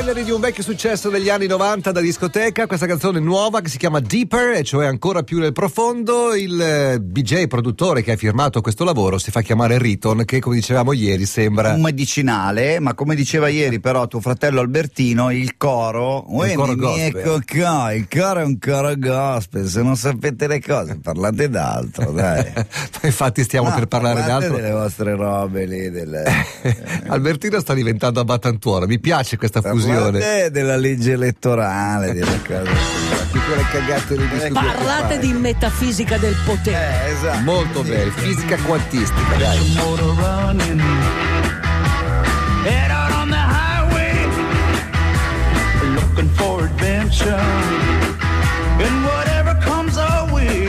Ceneri di un vecchio successo degli anni 90 da discoteca, questa canzone nuova che si chiama Deeper, e cioè ancora più nel profondo. Il DJ produttore che ha firmato questo lavoro si fa chiamare Riton, che come dicevamo ieri sembra un medicinale, ma come diceva ieri però tuo fratello Albertino, il coro gospel. Il coro è un coro gospel, se non sapete le cose parlate d'altro, dai. Infatti stiamo per parlare d'altro, delle vostre robe lì Albertino sta diventando abbattantuono, mi piace questa fusione della legge elettorale, delle cose, quelle cagate lì di parlate di metafisica del potere, esatto. Molto bene, fisica quantistica, dai. Head out on the highway, looking for adventure, and whatever comes our way,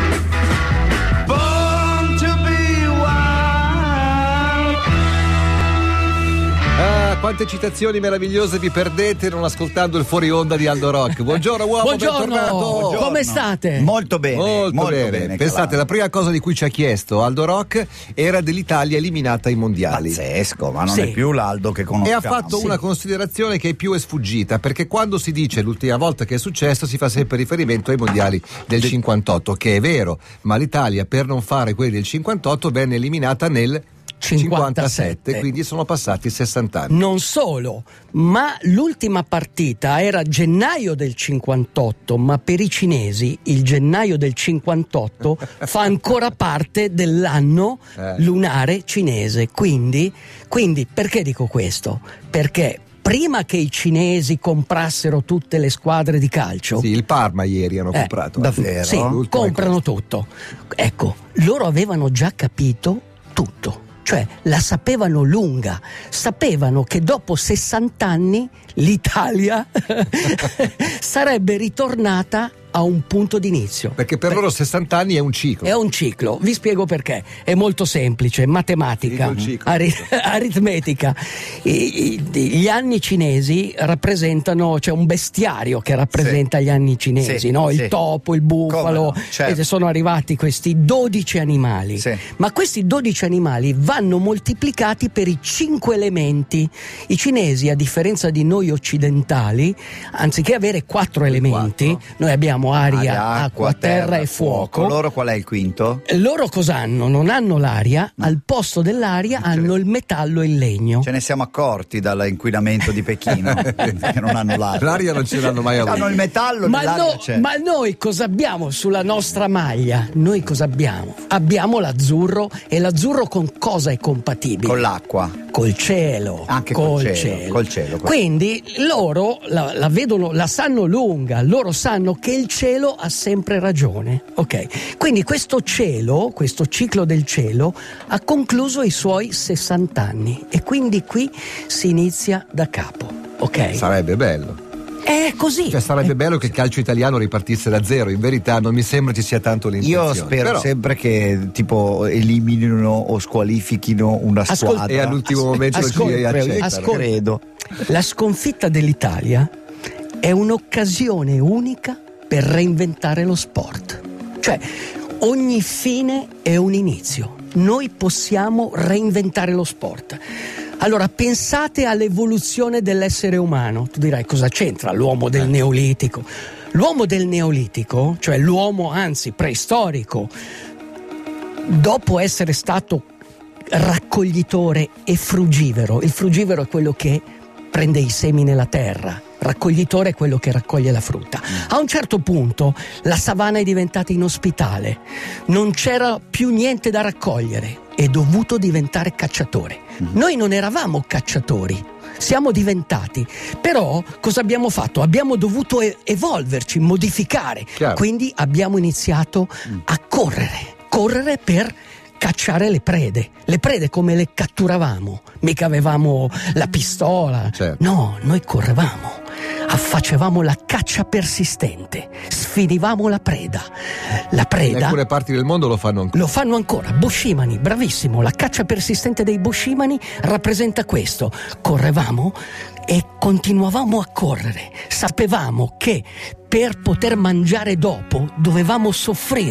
born to be wild. Ah, quante citazioni meravigliose vi perdete non ascoltando il fuori onda di Aldo Rock. Buongiorno uomo, buongiorno. bentornato. Come state? Molto bene, Molto bene. Pensate, la prima cosa di cui ci ha chiesto Aldo Rock era dell'Italia eliminata ai mondiali. Pazzesco, ma non Sì. è più l'Aldo che conosciamo. E ha fatto una considerazione che più è sfuggita, perché quando si dice l'ultima volta che è successo si fa sempre riferimento ai mondiali del 58, che è vero, ma l'Italia, per non fare quelli del 58, venne eliminata nel 57, quindi sono passati 60 anni. Non solo, ma l'ultima partita era gennaio del 58, ma per i cinesi il gennaio del 58 fa ancora parte dell'anno lunare cinese. Quindi perché dico questo? Perché prima che i cinesi comprassero tutte le squadre di calcio, Sì, il Parma ieri hanno comprato. davvero? sì, comprano tutto. Ecco, loro avevano già capito tutto. Cioè la sapevano lunga, sapevano che dopo 60 anni l'Italia sarebbe ritornata a un punto d'inizio. Perché per loro 60 anni è un ciclo. È un ciclo, vi spiego perché. È molto semplice, matematica, aritmetica. Gli anni cinesi rappresentano, c'è un bestiario che rappresenta gli anni cinesi, no? Il topo, il bufalo, certo. e sono arrivati questi 12 animali. Sì. Ma questi 12 animali vanno moltiplicati per i 5 elementi. I cinesi, a differenza di noi occidentali, anziché avere 4 elementi, noi abbiamo aria, acqua, terra e fuoco. Loro qual è il quinto? Loro cosa hanno? Non hanno l'aria, al posto dell'aria hanno il metallo e il legno. Ce ne siamo accorti dall'inquinamento di Pechino che non hanno l'aria. L'aria non ce l'hanno mai avuta. Hanno il metallo, l'aria c'è. Ma noi cosa abbiamo sulla nostra maglia? Noi cosa abbiamo? Abbiamo l'azzurro, e l'azzurro con cosa è compatibile? Con l'acqua. Col cielo. Anche col cielo. Quindi loro la vedono, la sanno lunga, loro sanno che il cielo ha sempre ragione, ok? Quindi questo cielo, questo ciclo del cielo ha concluso i suoi 60 anni, e quindi qui si inizia da capo, ok? Sarebbe bello. È così. Cioè sarebbe bello che il calcio italiano ripartisse da zero. In verità non mi sembra ci sia tanto l'intenzione. Io spero sempre che tipo eliminino o squalifichino una squadra e all'ultimo momento ci accettano. Credo. La sconfitta dell'Italia è un'occasione unica per reinventare lo sport. Cioè, ogni fine è un inizio. Noi possiamo reinventare lo sport. Allora, pensate all'evoluzione dell'essere umano. Tu dirai, cosa c'entra l'uomo del Neolitico? L'uomo del Neolitico, cioè l'uomo anzi preistorico, dopo essere stato raccoglitore e frugivoro, il frugivoro è quello che prende i semi nella terra, raccoglitore è quello che raccoglie la frutta. A un certo punto la savana è diventata inospitale, non c'era più niente da raccogliere, è dovuto diventare cacciatore. Noi non eravamo cacciatori, siamo diventati, però cosa abbiamo fatto? Abbiamo dovuto evolverci, modificare. Chiaro. Quindi abbiamo iniziato a correre per cacciare le prede come le catturavamo? Mica avevamo la pistola, certo. No, noi correvamo, facevamo la caccia persistente, sfinivamo la preda. In alcune parti del mondo lo fanno ancora. Lo fanno ancora, Boshimani, bravissimo, la caccia persistente dei Boshimani rappresenta questo. Correvamo e continuavamo a correre, sapevamo che per poter mangiare dopo dovevamo soffrire.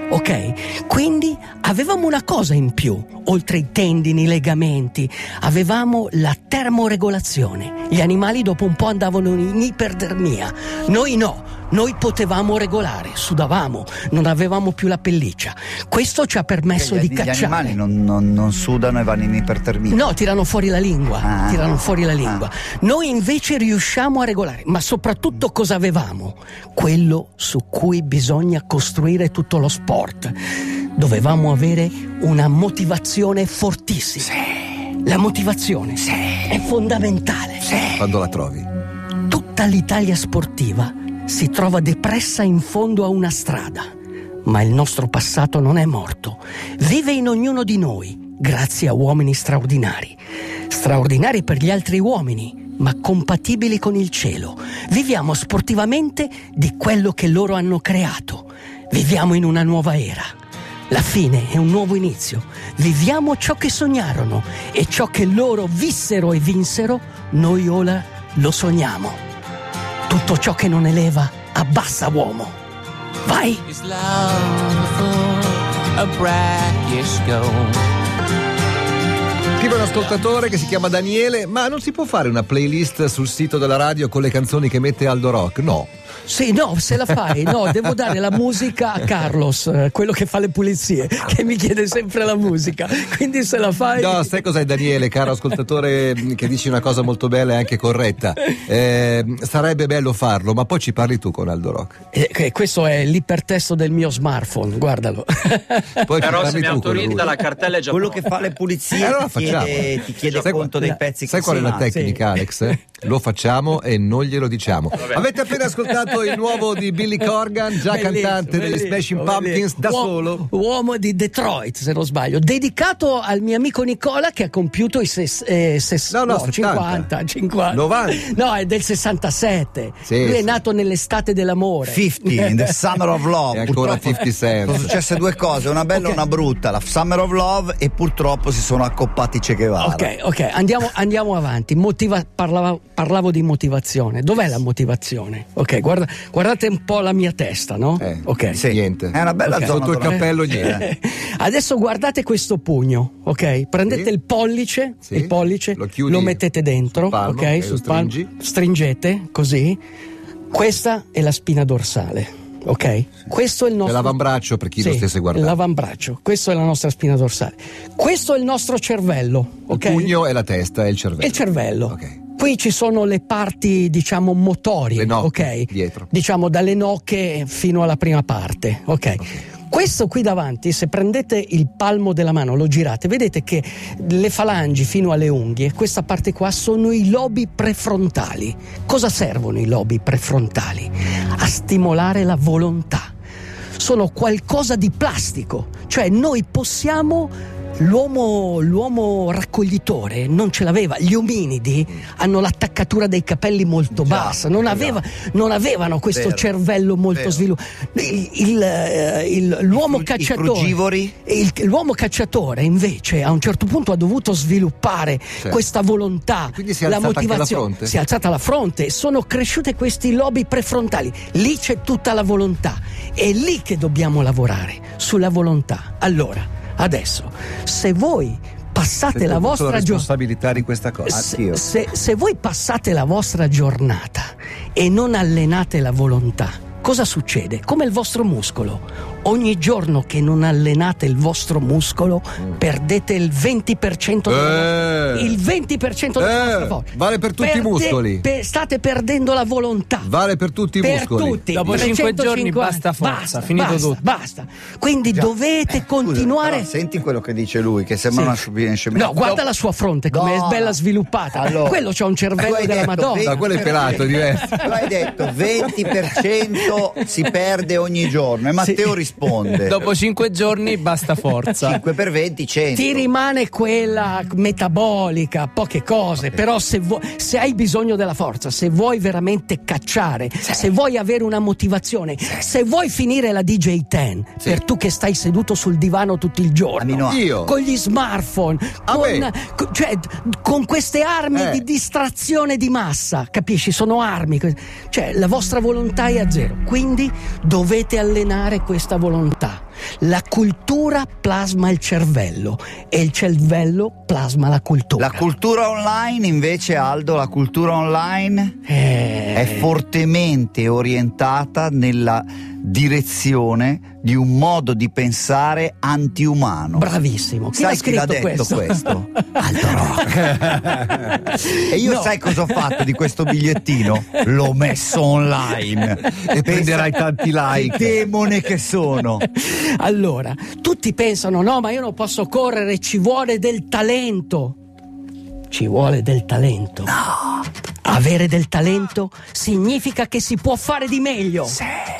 ok? Quindi avevamo una cosa in più, oltre i tendini, i legamenti, avevamo la termoregolazione. Gli animali dopo un po' andavano in ipertermia, noi no. Noi potevamo regolare, sudavamo, non avevamo più la pelliccia. Questo ci ha permesso di cacciare. Gli animali non sudano e vanno in ipertermia. No, tirano fuori la lingua. Noi invece riusciamo a regolare, ma soprattutto cosa avevamo? Quello su cui bisogna costruire tutto lo sport. Dovevamo avere una motivazione fortissima. Sì. La motivazione è fondamentale. Quando la trovi? Tutta l'Italia sportiva si trova depressa in fondo a una strada, ma il nostro passato non è morto. Vive in ognuno di noi, grazie a uomini straordinari. Straordinari per gli altri uomini, ma compatibili con il cielo. Viviamo sportivamente di quello che loro hanno creato. Viviamo in una nuova era. La fine è un nuovo inizio. Viviamo ciò che sognarono e ciò che loro vissero e vinsero, noi ora lo sogniamo. Tutto ciò che non eleva, abbassa, uomo. Vai! Scrive un ascoltatore che si chiama Daniele: ma non si può fare una playlist sul sito della radio con le canzoni che mette Aldo Rock? No. Sì, no, se la fai, no, devo dare la musica a Carlos, quello che fa le pulizie, che mi chiede sempre la musica, quindi se la fai... No, sai cos'è, Daniele, caro ascoltatore, che dici una cosa molto bella e anche corretta. Sarebbe bello farlo, ma poi ci parli tu con Aldo Rock. Questo è l'ipertesto del mio smartphone, guardalo. Poi però se mi autorizza la cartella è già quello che fa le pulizie allora ti chiede conto dei pezzi sai che qual è la sì. tecnica, Alex? Lo facciamo e non glielo diciamo. Avete appena ascoltato il nuovo di Billy Corgan, già cantante degli Smashing Pumpkins, da solo. Uomo di Detroit, se non sbaglio, dedicato al mio amico Nicola che ha compiuto i 50. 90. No, è del 67. Sì, lui è sì. nato nell'estate dell'amore. 50 in the Summer of Love. E ancora Purtroppo 50 Cent. sono successe due cose, una bella e una brutta, la Summer of Love, e purtroppo si sono accoppati Che Guevara. Ok, andiamo avanti. Parlavo di motivazione. Dov'è la motivazione? Ok, guardate un po' la mia testa, no? Ok. Sì, niente. È una bella zona. Sotto il cappello niente. Adesso guardate questo pugno, ok? Prendete Sì. il pollice, Lo chiudi lo mettete dentro, sul palmo, ok? lo Sul palmo, stringi. stringete così. Questa è la spina dorsale. Ok? Questo è il nostro. È l'avambraccio per chi lo stesse guardando. L'avambraccio, questa è la nostra spina dorsale. Questo è il nostro cervello. Ok? Il pugno è la testa e il cervello. E il cervello. Ok. Qui ci sono le parti, diciamo, motorie, Le nocche, ok? dietro. Diciamo dalle nocche fino alla prima parte, ok? Questo qui davanti, se prendete il palmo della mano, lo girate, vedete che le falangi fino alle unghie, questa parte qua sono i lobi prefrontali. Cosa servono i lobi prefrontali? A stimolare la volontà. Sono qualcosa di plastico, cioè noi possiamo. L'uomo raccoglitore non ce l'aveva, gli ominidi hanno l'attaccatura dei capelli molto bassa, non avevano questo cervello molto sviluppato. L'uomo cacciatore, l'uomo cacciatore invece a un certo punto ha dovuto sviluppare questa volontà, quindi si è la alzata motivazione, anche la fronte? si è alzata la fronte, sono cresciute questi lobi prefrontali, lì c'è tutta la volontà, è lì che dobbiamo lavorare, sulla volontà. Allora adesso, se voi passate la vostra responsabilità di questa cosa. se voi passate la vostra giornata e non allenate la volontà, cosa succede? Come il vostro muscolo. Ogni giorno che non allenate il vostro muscolo, perdete il 20% il 20% della vostra forza. Vale per tutti i muscoli. State perdendo la volontà. Vale per tutti i muscoli. Tutti. Dopo 5 giorni basta forza, finito tutto. Basta. Quindi dovete continuare. Però senti quello che dice lui, che sembra una scimmia. No, guarda la sua fronte come è bella sviluppata. Allora, quello c'ha un cervello della Madonna. Quello è pelato, è diverso. Tu hai detto 20% si perde ogni giorno e Matteo risponde. Dopo 5 giorni basta forza. 5 per 20, 100. Ti rimane quella metabolica, poche cose, però se hai bisogno della forza, se vuoi veramente cacciare, se vuoi avere una motivazione, se vuoi finire la DJ10, per tu che stai seduto sul divano tutto il giorno, Io. con gli smartphone, con queste armi di distrazione di massa, capisci? Sono armi, cioè la vostra volontà è a zero, quindi dovete allenare questa volontà. La cultura plasma il cervello e il cervello plasma la cultura. La cultura online invece, Aldo, la cultura online è fortemente orientata nella direzione di un modo di pensare antiumano. Bravissimo. Chi sai ha scritto chi l'ha detto questo? Aldo Rock. E io sai cosa ho fatto di questo bigliettino? L'ho messo online E prenderai tanti like. Che demone che sono. Allora, tutti pensano, no, ma io non posso correre, ci vuole del talento. Ci vuole del talento. No. Avere del talento significa che si può fare di meglio. Sì.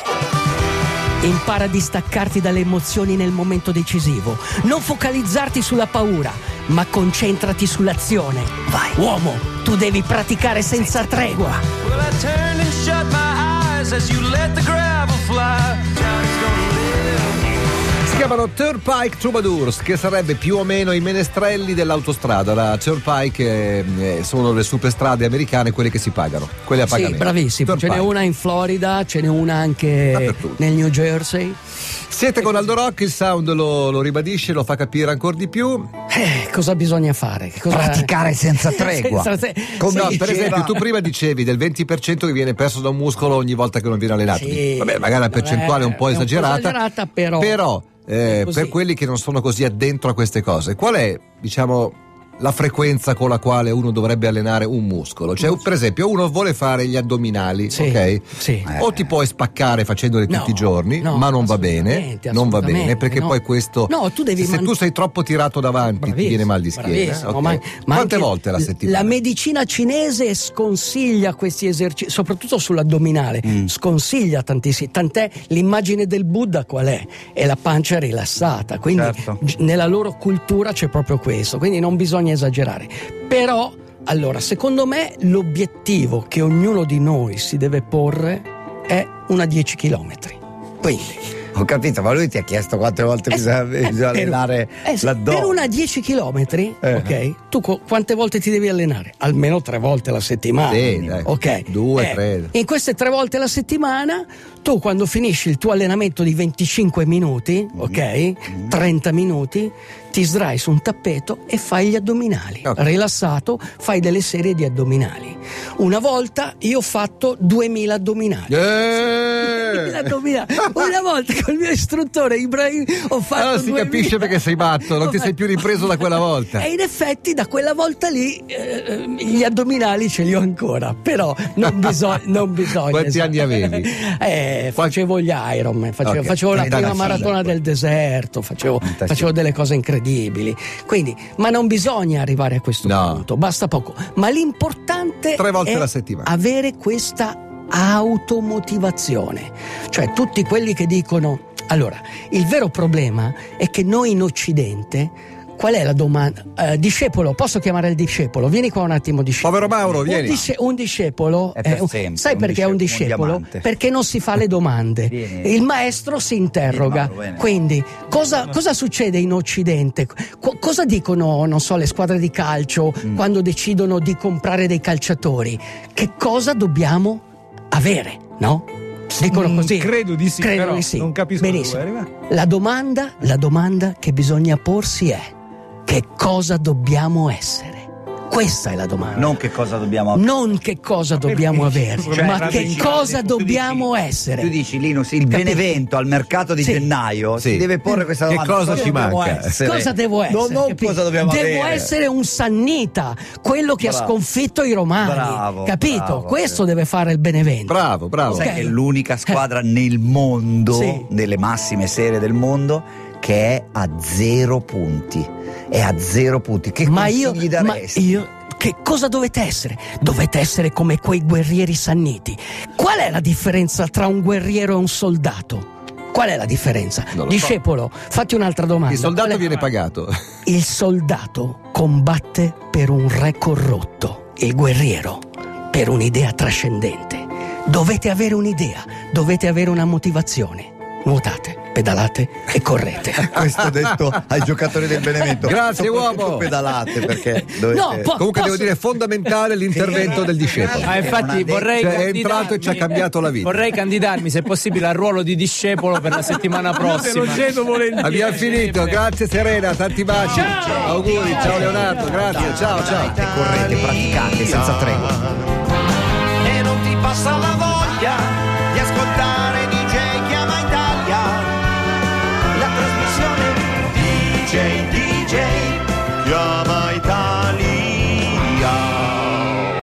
Impara a distaccarti dalle emozioni nel momento decisivo. Non focalizzarti sulla paura, ma concentrati sull'azione. Vai. Uomo, tu devi praticare senza tregua. Well, I turned and shut my eyes as you let the gravel fly. Johnny's gonna live. Si chiamano Turnpike Troubadours, che sarebbe più o meno i menestrelli dell'autostrada. La Turnpike sono le superstrade americane, quelle che si pagano, quelle a pagamento. Sì, bravissimo. Turnpike. Ce n'è una in Florida, ce n'è una anche Dappertutto. nel New Jersey. Siete con Aldo Rock, il sound lo ribadisce, lo fa capire ancora di più. Cosa bisogna fare? Praticare senza tregua. Come Sì, per esempio, tu prima dicevi del 20% che viene perso da un muscolo ogni volta che non viene allenato. Sì, Vabbè, magari la percentuale è un po' esagerata, però per quelli che non sono così addentro a queste cose, qual è, diciamo, la frequenza con la quale uno dovrebbe allenare un muscolo? Cioè, per esempio, uno vuole fare gli addominali, Sì, ok? sì. O ti puoi spaccare facendoli tutti i giorni, no, ma non va bene, non va bene, perché no. poi questo, No, tu devi se tu sei troppo tirato davanti, ti viene mal di schiena. Bravissimo, ok? ma Quante anche volte alla settimana? La medicina cinese sconsiglia questi esercizi, soprattutto sull'addominale, sconsiglia tantissimi, tant'è l'immagine del Buddha qual è? È la pancia rilassata, quindi Certo. nella loro cultura c'è proprio questo, quindi non bisogna esagerare. Però, allora, secondo me l'obiettivo che ognuno di noi si deve porre è una 10 chilometri. Quindi Ho capito, ma lui ti ha chiesto quante volte bisogna allenare l'addome. per una 10 chilometri, ok? Tu quante volte ti devi allenare? Almeno 3 volte alla settimana. Sì, dai. Ok. 2, 3. In queste 3 volte alla settimana, tu quando finisci il tuo allenamento di 25 minuti, ok? 30 minuti, ti sdrai su un tappeto e fai gli addominali. Ok. Rilassato, fai delle serie di addominali. Una volta io ho fatto 2000 addominali. 2000 addominali. Una volta col mio istruttore Ibrahim ho fatto Allora si 2000. capisce perché sei matto, non ti sei più ripreso da quella volta. E in effetti da quella volta lì gli addominali ce li ho ancora, però non bisogna. Quanti anni avevi? Facevo gli Ironman, facevo la prima maratona del deserto, facevo delle cose incredibili. Quindi, ma non bisogna arrivare a questo punto, basta poco. Ma l'importante 3 volte è alla settimana. avere questa automotivazione. Cioè tutti quelli che dicono, allora, il vero problema è che noi in Occidente, qual è la domanda? Discepolo, posso chiamare il discepolo? Vieni qua un attimo, discepolo. Povero Mauro, vieni. Un discepolo, È per sempre, sai un perché è un discepolo, un discepolo? diamante. Perché non si fa le domande. Vieni. Il maestro si interroga. Vieni, Mauro, Quindi, cosa succede in Occidente? Cosa dicono, non so, le squadre di calcio quando decidono di comprare dei calciatori? Che cosa dobbiamo avere, no? Dicono così. Credo di sì, però di sì. non capisco Benissimo. dove arriva. La domanda che bisogna porsi è: che cosa dobbiamo essere? Questa è la domanda. Non che cosa dobbiamo avere. Non che cosa dobbiamo avere, Cioè, ma tra che principi, cosa tu dobbiamo Tu essere. dici, Linus, il Capito? Benevento al mercato di Sì. gennaio Sì. si deve porre questa Che domanda. cosa ci dobbiamo manca? essere? Cosa devo essere? Non capito? cosa dobbiamo Devo avere. essere un sannita, quello che ha Bravo. sconfitto i romani. Bravo, capito? bravo. Questo deve fare il Benevento. Bravo. Sai Ok. che è l'unica squadra nel mondo, Sì. nelle massime serie del mondo, che è a 0 punti. È a 0 punti. Che consigli daresti? Che cosa dovete essere? Dovete essere come quei guerrieri sanniti. Qual è la differenza tra un guerriero e un soldato? Qual è la differenza? Non lo so. Discepolo, fatti un'altra domanda. Il soldato Qual è- viene pagato. Il soldato combatte per un re corrotto, il guerriero per un'idea trascendente. Dovete avere un'idea, dovete avere una motivazione. Nuotate. pedalate e correte. Questo detto ai giocatori del Benevento. Grazie, uomo. Pedalate, perché dovete... Comunque devo dire, è fondamentale l'intervento del discepolo. Infatti vorrei Cioè, è entrato e ci ha cambiato la vita. Vorrei candidarmi, se possibile, al ruolo di discepolo per la settimana prossima. Te lo cedo volentieri. Abbiamo finito, grazie Serena, tanti baci. Auguri, ciao Leonardo, grazie, ciao. Correte, praticate senza tregua.